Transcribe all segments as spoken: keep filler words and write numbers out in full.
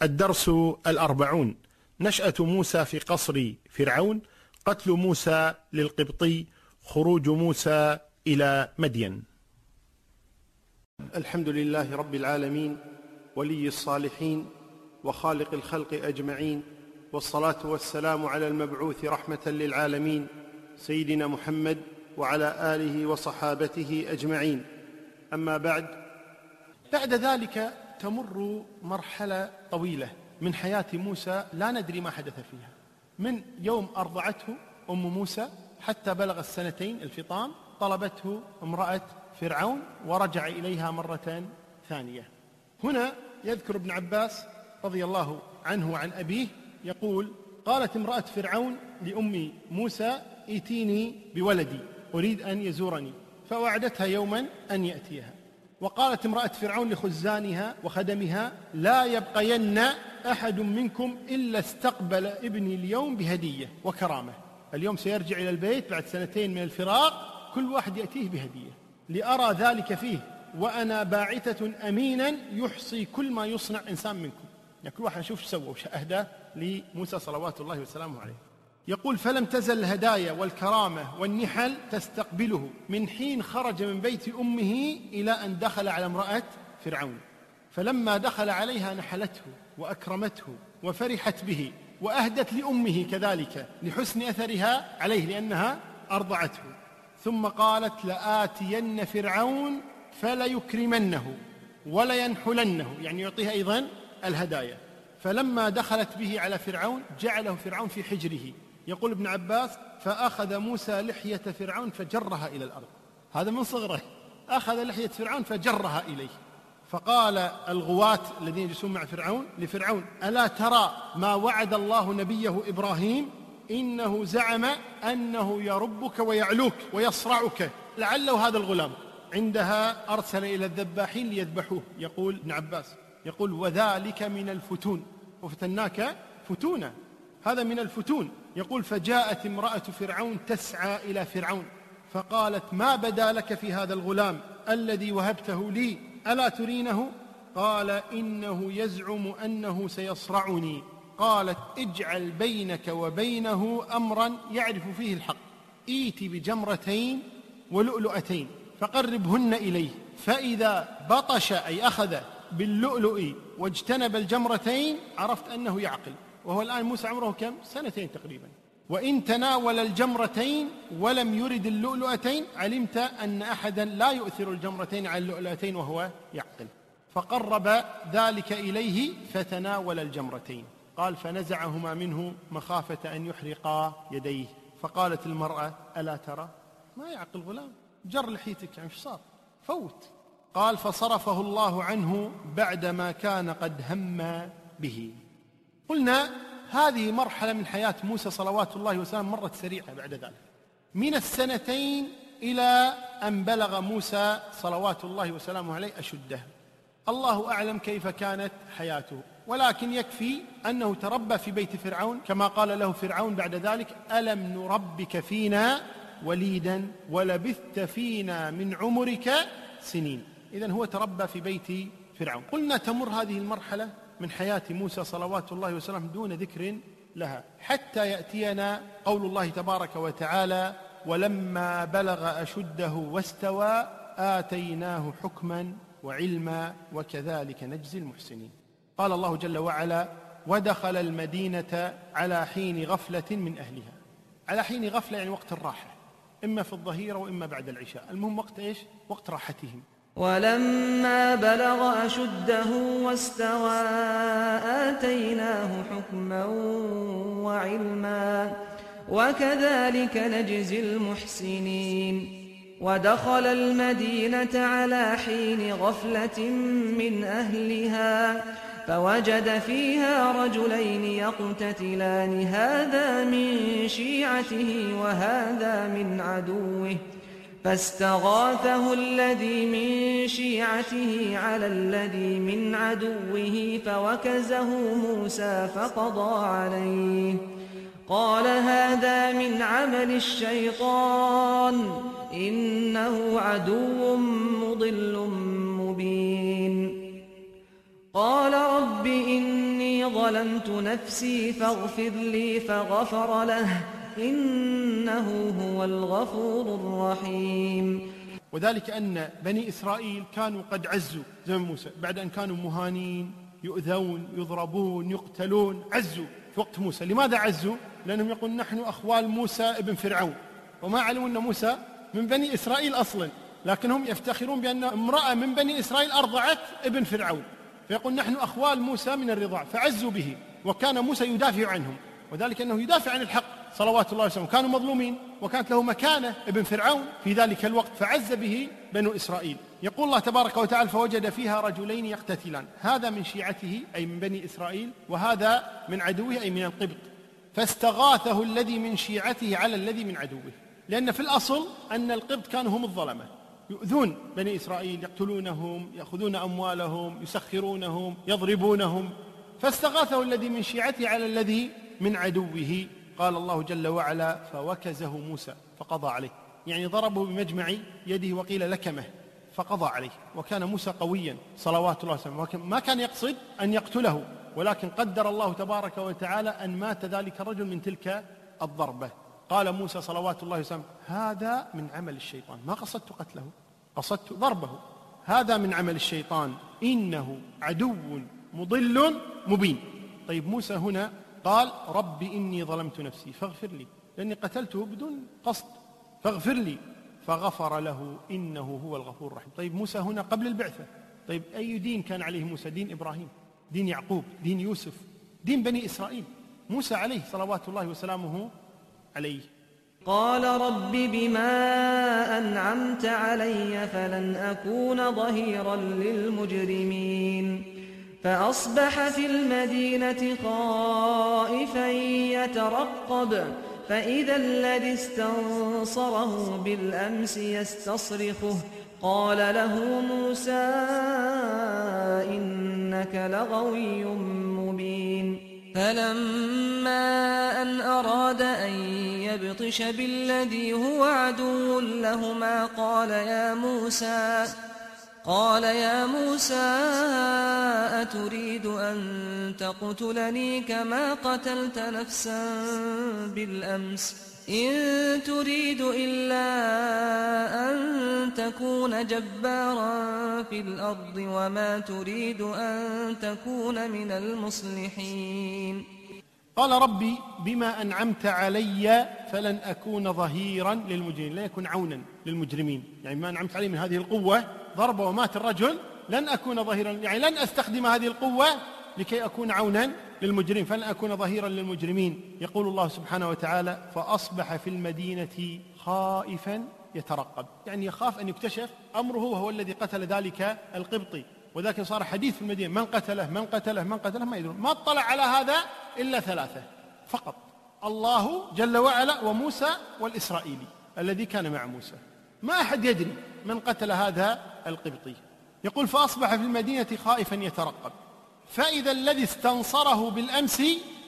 الدرس الأربعون: نشأة موسى في قصر فرعون، قتل موسى للقبطي، خروج موسى إلى مدين. الحمد لله رب العالمين، ولي الصالحين وخالق الخلق أجمعين، والصلاة والسلام على المبعوث رحمة للعالمين سيدنا محمد وعلى آله وصحابته أجمعين. أما بعد، بعد ذلك تمر مرحلة طويلة من حياة موسى لا ندري ما حدث فيها، من يوم أرضعته أم موسى حتى بلغ السنتين الفطام، طلبته امرأة فرعون ورجع إليها مرة ثانية. هنا يذكر ابن عباس رضي الله عنه وعن أبيه يقول: قالت امرأة فرعون لأم موسى: ائتيني بولدي أريد أن يزورني، فوعدتها يوما أن يأتيها. وقالت امرأة فرعون لخزانها وخدمها: لا يبقين أحد منكم إلا استقبل ابني اليوم بهدية وكرامة. اليوم سيرجع إلى البيت بعد سنتين من الفراق، كل واحد يأتيه بهدية لأرى ذلك فيه، وأنا باعثة أمينا يحصي كل ما يصنع إنسان منكم. يعني كل واحد نشوف ايش سوى وش أهدى لموسى صلوات الله وسلامه عليه. يقول: فلم تزل الهدايا والكرامة والنحل تستقبله من حين خرج من بيت أمه إلى أن دخل على امرأة فرعون. فلما دخل عليها نحلته وأكرمته وفرحت به، وأهدت لأمه كذلك لحسن أثرها عليه لأنها أرضعته. ثم قالت: لآتين فرعون فليكرمنه ولينحلنه، يعني يعطيها أيضا الهدايا. فلما دخلت به على فرعون جعله فرعون في حجره. يقول ابن عباس: فأخذ موسى لحية فرعون فجرها إلى الأرض. هذا من صغره، أخذ لحية فرعون فجرها إليه. فقال الغواة الذين يجلسون مع فرعون لفرعون: ألا ترى ما وعد الله نبيه إبراهيم؟ إنه زعم أنه يربك ويعلوك ويصرعك، لعله هذا الغلام. عندها أرسل إلى الذباحين ليذبحوه. يقول ابن عباس يقول: وذلك من الفتون، وفتناك فتونا، هذا من الفتون. يقول: فجاءت امرأة فرعون تسعى إلى فرعون فقالت: ما بدا لك في هذا الغلام الذي وهبته لي؟ ألا ترينه؟ قال: إنه يزعم أنه سيصرعني. قالت: اجعل بينك وبينه أمرا يعرف فيه الحق، ائت بجمرتين ولؤلؤتين فقربهن إليه، فإذا بطش أي أخذ باللؤلؤ واجتنب الجمرتين عرفت أنه يعقل. وهو الآن موسى عمره كم؟ سنتين تقريبا. وإن تناول الجمرتين ولم يرد اللؤلؤتين علمت أن أحدا لا يؤثر الجمرتين على اللؤلؤتين وهو يعقل. فقرب ذلك إليه فتناول الجمرتين. قال: فنزعهما منه مخافة أن يحرقا يديه. فقالت المرأة: ألا ترى ما يعقل غلام، جر لحيتك، يعني ايش صار؟ فوت. قال: فصرفه الله عنه بعدما كان قد هم به. قلنا هذه مرحلة من حياة موسى صلوات الله وسلامه مرت سريعة. بعد ذلك من السنتين إلى أن بلغ موسى صلوات الله وسلامه عليه أشده. الله أعلم كيف كانت حياته، ولكن يكفي أنه تربى في بيت فرعون كما قال له فرعون بعد ذلك: ألم نربك فينا وليدا ولبثت فينا من عمرك سنين. إذن هو تربى في بيت فرعون. قلنا تمر هذه المرحلة من حياة موسى صلوات الله وسلامه دون ذكر لها حتى يأتينا قول الله تبارك وتعالى: ولما بلغ أشده واستوى آتيناه حكما وعلما وكذلك نجزي المحسنين. قال الله جل وعلا: ودخل المدينة على حين غفلة من أهلها. على حين غفلة يعني وقت الراحة، إما في الظهيرة وإما بعد العشاء، المهم وقت إيش؟ وقت راحتهم. ولما بلغ أشده واستوى آتيناه حكما وعلما وكذلك نجزي المحسنين. ودخل المدينة على حين غفلة من أهلها فوجد فيها رجلين يقتتلان، هذا من شيعته وهذا من عدوه، فاستغاثه الذي من شيعته على الذي من عدوه فوكزه موسى فقضى عليه. قال: هذا من عمل الشيطان إنه عدو مضل مبين. قال: رب إني إني ظلمت نفسي فاغفر لي فغفر له إنه هو الغفور الرحيم. وذلك أن بني إسرائيل كانوا قد عزوا زمن موسى بعد أن كانوا مهانين، يؤذون، يضربون، يقتلون، عزوا في وقت موسى. لماذا عزوا؟ لأنهم يقولون نحن أخوال موسى ابن فرعون، وما علموا أن موسى من بني إسرائيل أصلا، لكنهم يفتخرون بأن امرأة من بني إسرائيل أرضعت ابن فرعون، فيقول نحن أخوال موسى من الرضاع، فعزوا به. وكان موسى يدافع عنهم، وذلك أنه يدافع عن الحق صلوات الله وسلامه، كانوا مظلومين وكانت له مكانة ابن فرعون في ذلك الوقت، فعز به بنو إسرائيل. يقول الله تبارك وتعالى فوجد فيها رجلين يقتتلان، هذا من شيعته أي من بني إسرائيل، وهذا من عدوه أي من القبط، فاستغاثه الذي من شيعته على الذي من عدوه. لأن في الأصل أن القبط كانوا هم الظلمة، يؤذون بني إسرائيل، يقتلونهم، يأخذون أموالهم، يسخرونهم، يضربونهم، فاستغاثه الذي من شيعته على الذي من عدوه. قال الله جل وعلا فوكزه موسى فقضى عليه، يعني ضربه بمجمع يده وقيل لكمه فقضى عليه. وكان موسى قويا صلوات الله وسلامه، ما كان يقصد أن يقتله، ولكن قدر الله تبارك وتعالى أن مات ذلك الرجل من تلك الضربة. قال موسى صلوات الله وسلامه هذا من عمل الشيطان، ما قصدت قتله، قصدت ضربه، هذا من عمل الشيطان إنه عدو مضل مبين. طيب موسى هنا قال رب إني ظلمت نفسي فاغفر لي، لأني قتلته بدون قصد، فاغفر لي، فغفر له إنه هو الغفور الرحيم. طيب موسى هنا قبل البعثة، طيب أي دين كان عليه موسى؟ دين إبراهيم، دين يعقوب، دين يوسف، دين بني إسرائيل. موسى عليه صلوات الله وسلامه عليه قال رب بما أنعمت علي فلن أكون ظهيرا للمجرمين. فأصبح في المدينة خائفا يترقب فإذا الذي استنصره بالأمس يستصرخه قال له موسى إنك لغوي مبين. فلما أن أراد أن يبطش بالذي هو عدو لهما قال يا موسى قال يا موسى أتريد أن تقتلني كما قتلت نفسا بالأمس إن تريد إلا أن تكون جبارا في الأرض وما تريد أن تكون من المصلحين. قال ربي بما أنعمت علي فلن أكون ظهيرا للمجرمين، لا يكون عونا للمجرمين، يعني ما أنعمت علي من هذه القوة ضرب ومات الرجل، لن أكون ظهيرا، يعني لن أستخدم هذه القوة لكي أكون عونا للمجرمين، فلن أكون ظهيرا للمجرمين. يقول الله سبحانه وتعالى فأصبح في المدينة خائفا يترقب، يعني يخاف أن يكتشف أمره وهو الذي قتل ذلك القبطي، وذلك صار حديث في المدينة من قتله من قتله من قتله ما يدرون. ما اطلع على هذا إلا ثلاثة فقط، الله جل وعلا وموسى والإسرائيلي الذي كان مع موسى، ما أحد يدري من قتل هذا القبطي. يقول فأصبح في المدينة خائفا يترقب فإذا الذي استنصره بالأمس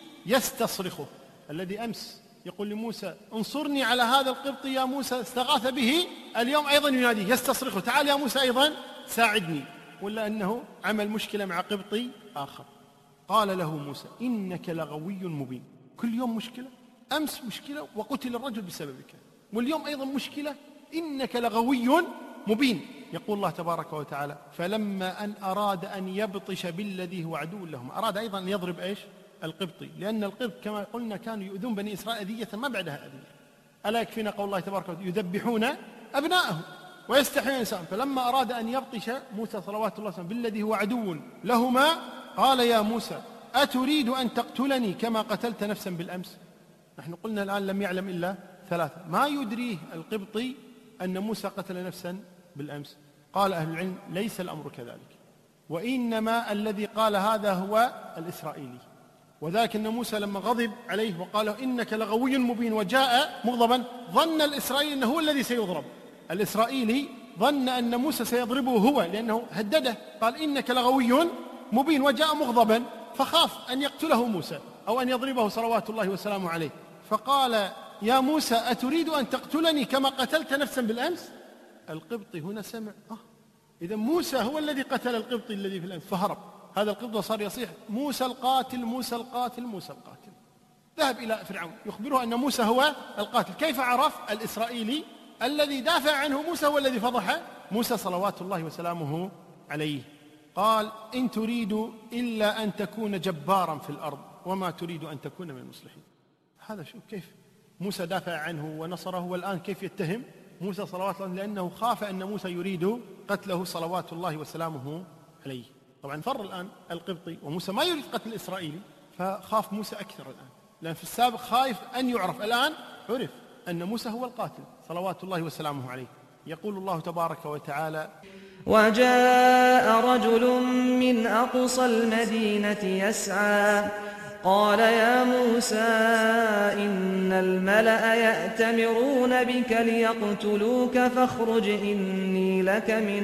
يستصرخه، الذي أمس يقول لموسى انصرني على هذا القبطي يا موسى، استغاث به، اليوم أيضا يناديه يستصرخه تعال يا موسى أيضا ساعدني، ولا أنه عمل مشكلة مع قبطي آخر. قال له موسى إنك لغوي مبين، كل يوم مشكلة، أمس مشكلة وقتل الرجل بسببك، واليوم أيضا مشكلة، إنك لغوي مبين. يقول الله تبارك وتعالى فلما أن أراد أن يبطش بالذي هو عدو لهم، أراد أيضا أن يضرب إيش؟ القبطي، لأن القبط كما قلنا كانوا يؤذون بني إسرائيل أذية ما بعدها أذية. ألا يكفينا قول الله تبارك وتعالى يذبحون أبناءهم ويستحيون نساءهم. فلما أراد أن يبطش موسى صلوات الله وسلامه بالذي هو عدو لهما قال يا موسى أتريد أن تقتلني كما قتلت نفسا بالأمس؟ نحن قلنا الآن لم يعلم إلا ثلاثة، ما يدريه القبطي أن موسى قتل نفسا بالأمس. قال أهل العلم ليس الأمر كذلك، وإنما الذي قال هذا هو الإسرائيلي، وذاك أن موسى لما غضب عليه وقال إنك لغوي مبين وجاء مغضبا ظن الإسرائيلي أنه هو الذي سيضرب. الإسرائيلي ظن أن موسى سيضربه هو لأنه هدده، قال إنك لغوي مبين وجاء مغضبا، فخاف أن يقتله موسى أو أن يضربه صلوات الله وسلامه عليه، فقال يا موسى أتريد أن تقتلني كما قتلت نفسا بالأمس؟ القبطي هنا سمع آه إذا موسى هو الذي قتل القبطي الذي في الأمس، فهرب هذا القبط وصار يصيح موسى القاتل موسى القاتل موسى القاتل. ذهب إلى فرعون يخبره أن موسى هو القاتل. كيف عرف؟ الإسرائيلي الذي دافع عنه موسى هو الذي فضح موسى صلوات الله وسلامه عليه. قال إن تريد إلا أن تكون جبارا في الأرض وما تريد أن تكون من المصلحين. هذا شوف كيف موسى دافع عنه ونصره، والآن كيف يتهم موسى صلوات الله، لأنه خاف أن موسى يريد قتله صلوات الله وسلامه عليه. طبعا فر الآن القبطي وموسى ما يريد قتل الإسرائيلي، فخاف موسى أكثر الآن، لأن في السابق خايف أن يعرف، الآن عرف أن موسى هو القاتل صلوات الله وسلامه عليه. يقول الله تبارك وتعالى: وجاء رجل من أقصى المدينة يسعى قال يا موسى إن الملأ يأتمرون بك ليقتلوك فاخرج إني لك من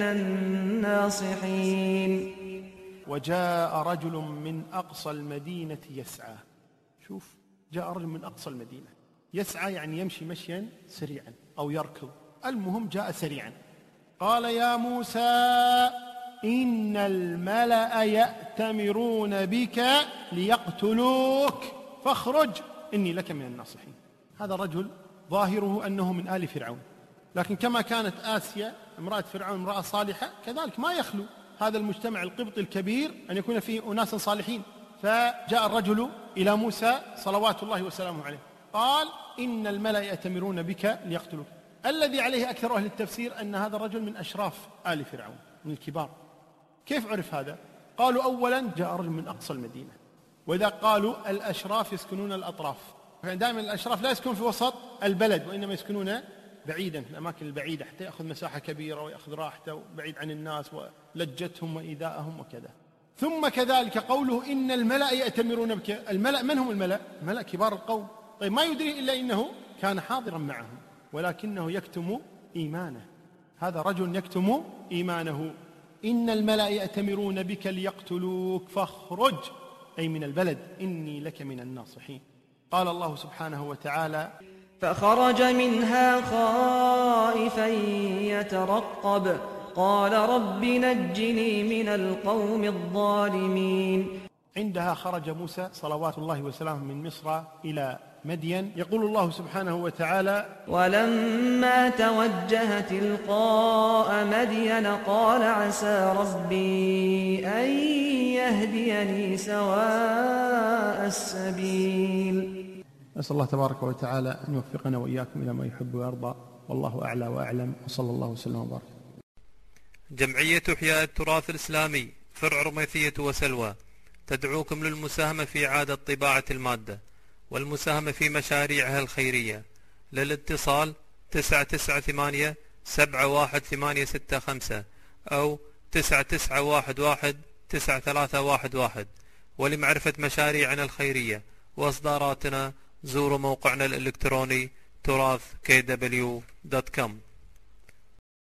الناصحين. وجاء رجل من أقصى المدينة يسعى. شوف، جاء رجل من أقصى المدينة يسعى، يعني يمشي مشيا سريعا أو يركض، المهم جاء سريعا. قال يا موسى إن الملأ يأتمرون بك ليقتلوك فاخرج إني لك من الناصحين. هذا الرجل ظاهره أنه من آل فرعون، لكن كما كانت آسيا امرأة فرعون امرأة صالحة، كذلك ما يخلو هذا المجتمع القبطي الكبير أن يكون فيه أناس صالحين. فجاء الرجل إلى موسى صلوات الله وسلامه عليه قال إن الملأ يأتمرون بك ليقتلوك. الذي عليه أكثر أهل التفسير أن هذا الرجل من أشراف آل فرعون، من الكبار. كيف عرف هذا؟ قالوا أولا جاء رجل من أقصى المدينة، وإذا قالوا الأشراف يسكنون الأطراف، دائما الأشراف لا يسكنون في وسط البلد، وإنما يسكنون بعيدا في الأماكن البعيدة حتى يأخذ مساحة كبيرة ويأخذ راحته بعيد عن الناس ولجتهم وإيذاءهم وكذا. ثم كذلك قوله إن الملأ يأتمرون بك. الملأ من هم الملأ؟ الملأ كبار القوم. طيب ما يدري إلا إنه كان حاضرا معهم ولكنه يكتم إيمانه. هذا رجل يكتم إيمانه. إن الملأ يأتمرون بك ليقتلوك فاخرج أي من البلد إني لك من الناصحين. قال الله سبحانه وتعالى فخرج منها خائفا يترقب قال رب نجني من القوم الظالمين. عندها خرج موسى صلوات الله وسلامه من مصر إلى مدين. يقول الله سبحانه وتعالى ولما توجه تلقاء مدين قال عسى ربي أن يهديني سواء السبيل. نسأل الله تبارك وتعالى أن يوفقنا وإياكم إلى ما يحب ويرضى، والله أعلى وأعلم، وصلى الله وسلم وبارك. جمعية إحياء التراث الإسلامي فرع رميثية وسلوى تدعوكم للمساهمة في إعادة طباعة المادة والمساهمة في مشاريعها الخيرية. للاتصال تسعة تسعة ثمانية سبعة واحد ثمانية ستة خمسة أو تسعة تسعة واحد واحد تسعة ثلاثة واحد واحد. ولمعرفة مشاريعنا الخيرية وإصداراتنا زوروا موقعنا الإلكتروني تراث كي دبليو دوت كوم.